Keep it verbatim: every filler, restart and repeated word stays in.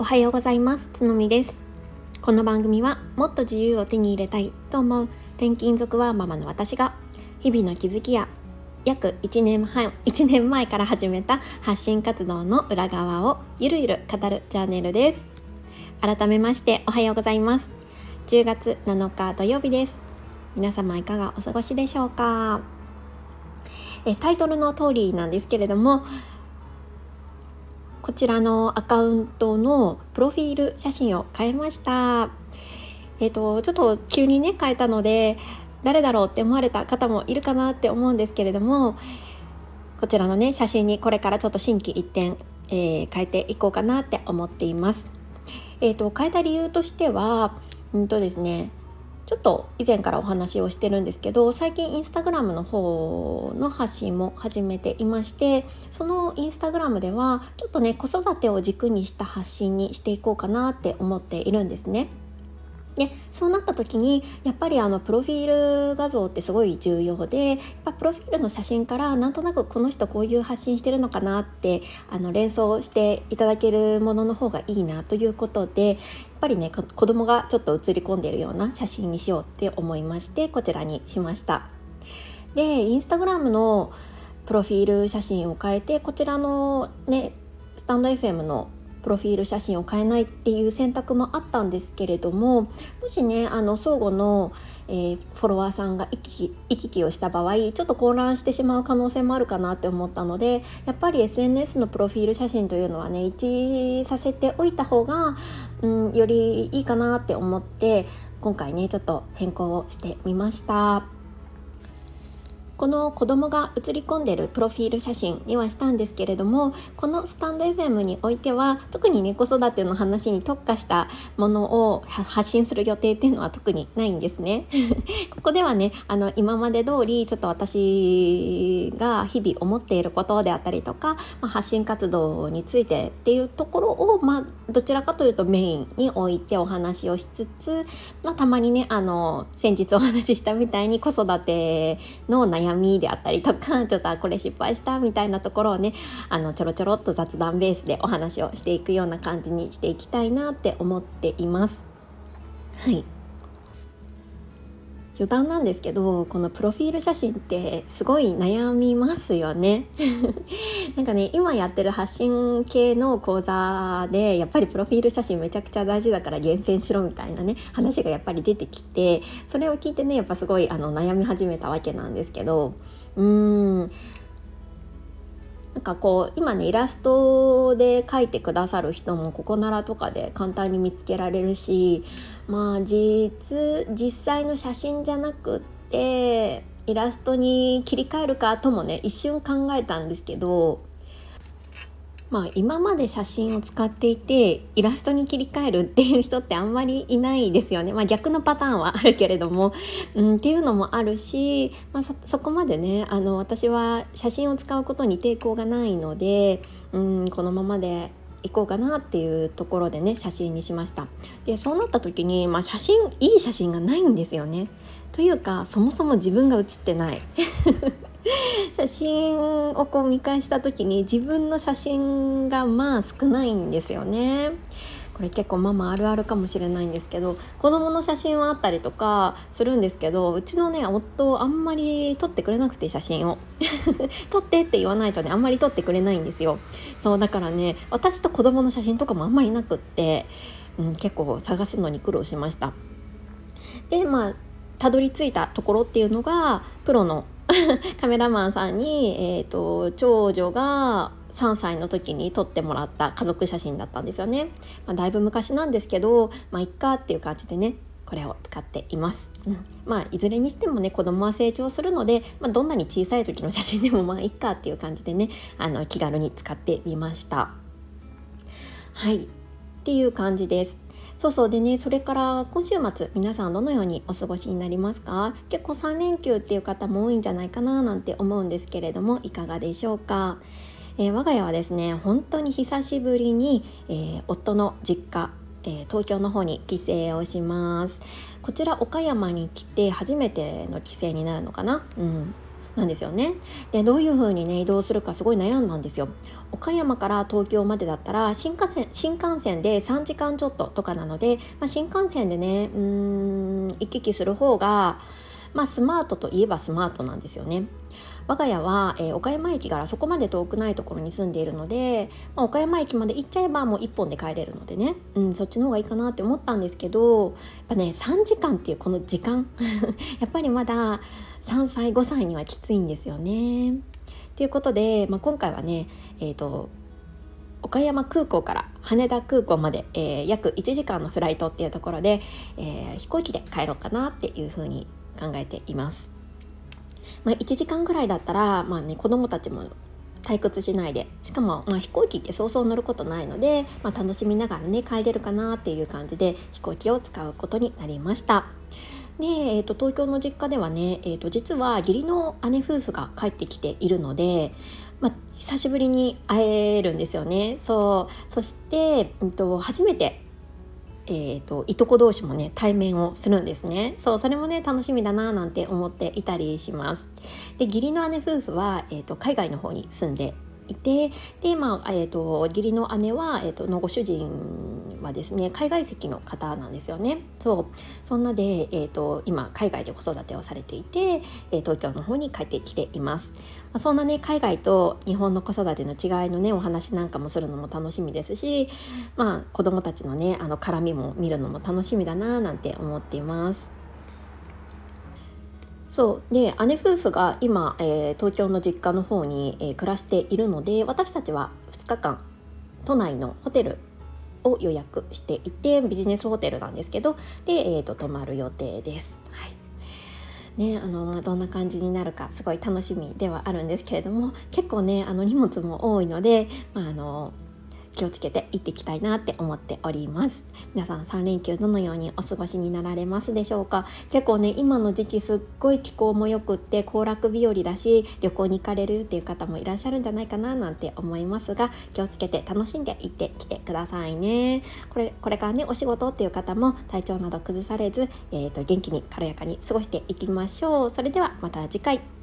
はようございます。つのみです。この番組はもっと自由を手に入れたいと思う転勤族ワーママの私が日々の気づきや約いちねんはん、いちねんまえから始めた発信活動の裏側をゆるゆる語るチャンネルです。改めましておはようございます。じゅうがつなのか土曜日です。皆様いかがお過ごしでしょうか。えタイトルの通りなんですけれども、こちらのアカウントのプロフィール写真を変えました。えっとちょっと急にね変えたので誰だろうって思われた方もいるかなって思うんですけれども、こちらのね写真にこれからちょっと心機一転、えー、変えていこうかなって思っています。えっと変えた理由としてはうんとですねちょっと以前からお話をしてるんですけど、最近インスタグラムの方の発信も始めていまして、そのインスタグラムではちょっとね子育てを軸にした発信にしていこうかなって思っているんですね。でそうなった時にやっぱりあのプロフィール画像ってすごい重要で、やっぱプロフィールの写真からなんとなくこの人こういう発信してるのかなってあの連想していただけるものの方がいいなということで、やっぱりね子供がちょっと写り込んでいるような写真にしようって思いまして、こちらにしました。でインスタグラムのプロフィール写真を変えて、こちらのねスタンド エフエム のプロフィール写真を変えないっていう選択もあったんですけれども、もしねあの相互の、えー、フォロワーさんが行き来行き来をした場合ちょっと混乱してしまう可能性もあるかなって思ったので、やっぱり エスエヌエス のプロフィール写真というのはね一致させておいた方が、うん、よりいいかなって思って今回ねちょっと変更をしてみました。この子供が写り込んでいるプロフィール写真にはしたんですけれども、このスタンド エフエム においては特にね子育ての話に特化したものを発信する予定っていうのは特にないんですねここではねあの今まで通りちょっと私が日々思っていることであったりとか、まあ、発信活動についてっていうところを、まあ、どちらかというとメインに置いてお話をしつつ、まあ、たまにねあの先日お話ししたみたいに子育ての悩み悩みであったりとか、ちょっとこれ失敗したみたいなところをねあのちょろちょろっと雑談ベースでお話をしていくような感じにしていきたいなって思っています。はい、余談なんですけど、このプロフィール写真ってすごい悩みますよねなんかね今やってる発信系の講座でやっぱりプロフィール写真めちゃくちゃ大事だから厳選しろみたいなね話がやっぱり出てきて、それを聞いてねやっぱすごいあの悩み始めたわけなんですけど、うーんなんかこう今ねイラストで描いてくださる人もここならとかで簡単に見つけられるし、まあ実実際の写真じゃなくってイラストに切り替えるかともね一瞬考えたんですけど、まあ今まで写真を使っていてイラストに切り替えるっていう人ってあんまりいないですよね。まあ逆のパターンはあるけれども、うん、っていうのもあるし、まあ、そ, そこまでねあの私は写真を使うことに抵抗がないので、うん、このままで行こうかなっていうところでね写真にしました。でそうなった時に、まあ、写真いい写真がないんですよね。というかそもそも自分が写ってない写真をこう見返した時に自分の写真がまあ少ないんですよね。これ結構ママあるあるかもしれないんですけど、子供の写真はあったりとかするんですけど、うちのね夫あんまり撮ってくれなくて写真を撮ってって言わないとねあんまり撮ってくれないんですよ。そうだからね私と子供の写真とかもあんまりなくって、うん、結構探すのに苦労しました。でまあたどり着いたところっていうのがプロのカメラマンさんに、えーと、長女がさんさいの時に撮ってもらった家族写真だったんですよね。まあ、だいぶ昔なんですけど、まあ、いっかっていう感じでねこれを使っています。うん、まあいずれにしてもね子供は成長するので、まあ、どんなに小さい時の写真でもまあいっかっていう感じでねあの気軽に使ってみました。はいっていう感じです。そうそうでねそれから今週末皆さんどのようにお過ごしになりますか？結構さん連休っていう方も多いんじゃないかななんて思うんですけれどもいかがでしょうか？えー、我が家はですね本当に久しぶりに、えー、夫の実家、えー、東京の方に帰省をします。こちら岡山に来て初めての帰省になるのかな、うんなんですよね。でどういう風にね移動するかすごい悩んだんですよ。岡山から東京までだったら新幹線新幹線でさんじかんちょっととかなので、まあ、新幹線でねうーん行き来する方が、まあ、スマートといえばスマートなんですよね。我が家は、えー、岡山駅からそこまで遠くないところに住んでいるので、まあ、岡山駅まで行っちゃえばもういっぽんで帰れるのでね、うん、そっちの方がいいかなって思ったんですけど、やっぱねさんじかんっていうこの時間やっぱりまださんさいごさいにはきついんですよね。ということで、まあ、今回はね、えーと、岡山空港から羽田空港まで、えー、約いちじかんのフライトっていうところで、えー、飛行機で帰ろうかなっていうふうに考えています。まあ、いちじかんぐらいだったら、まあね、子どもたちも退屈しないで、しかも、まあ、飛行機ってそうそう乗ることないので、まあ、楽しみながらね帰れるかなっていう感じで飛行機を使うことになりました。で、えー、と東京の実家ではね、えー、と実は義理の姉夫婦が帰ってきているので、まあ、久しぶりに会えるんですよね。そうそして、えー、と初めてえーと、いとこ同士もね対面をするんですね。そうそれもね楽しみだななんて思っていたりします。で義理の姉夫婦は、えーと、海外の方に住んでいて、で、まあえーと、義理の姉は、えーと、のご主人はですね海外籍の方なんですよね。そうそんなで、えーと、今海外で子育てをされていて、えー、東京の方に帰ってきています。まあ、そんなね海外と日本の子育ての違いのねお話なんかもするのも楽しみですし、まあ子どもたちのねあの絡みも見るのも楽しみだななんて思っています。そうで姉夫婦が今、えー、東京の実家の方に、えー、暮らしているので、私たちはふつかかん都内のホテルを予約していて、ビジネスホテルなんですけど、で、えー、と泊まる予定です。はいね、あのまあ、どんな感じになるかすごい楽しみではあるんですけれども、結構ねあの荷物も多いので、まあ、あの気をつけて行っていきたいなって思っております。皆さんさん連休どのようにお過ごしになられますでしょうか。結構ね今の時期すっごい気候もよくって行楽日和だし、旅行に行かれるっていう方もいらっしゃるんじゃないかななんて思いますが、気をつけて楽しんで行ってきてくださいね。これこれからねお仕事っていう方も体調など崩されず、えーと元気に軽やかに過ごしていきましょう。それではまた次回。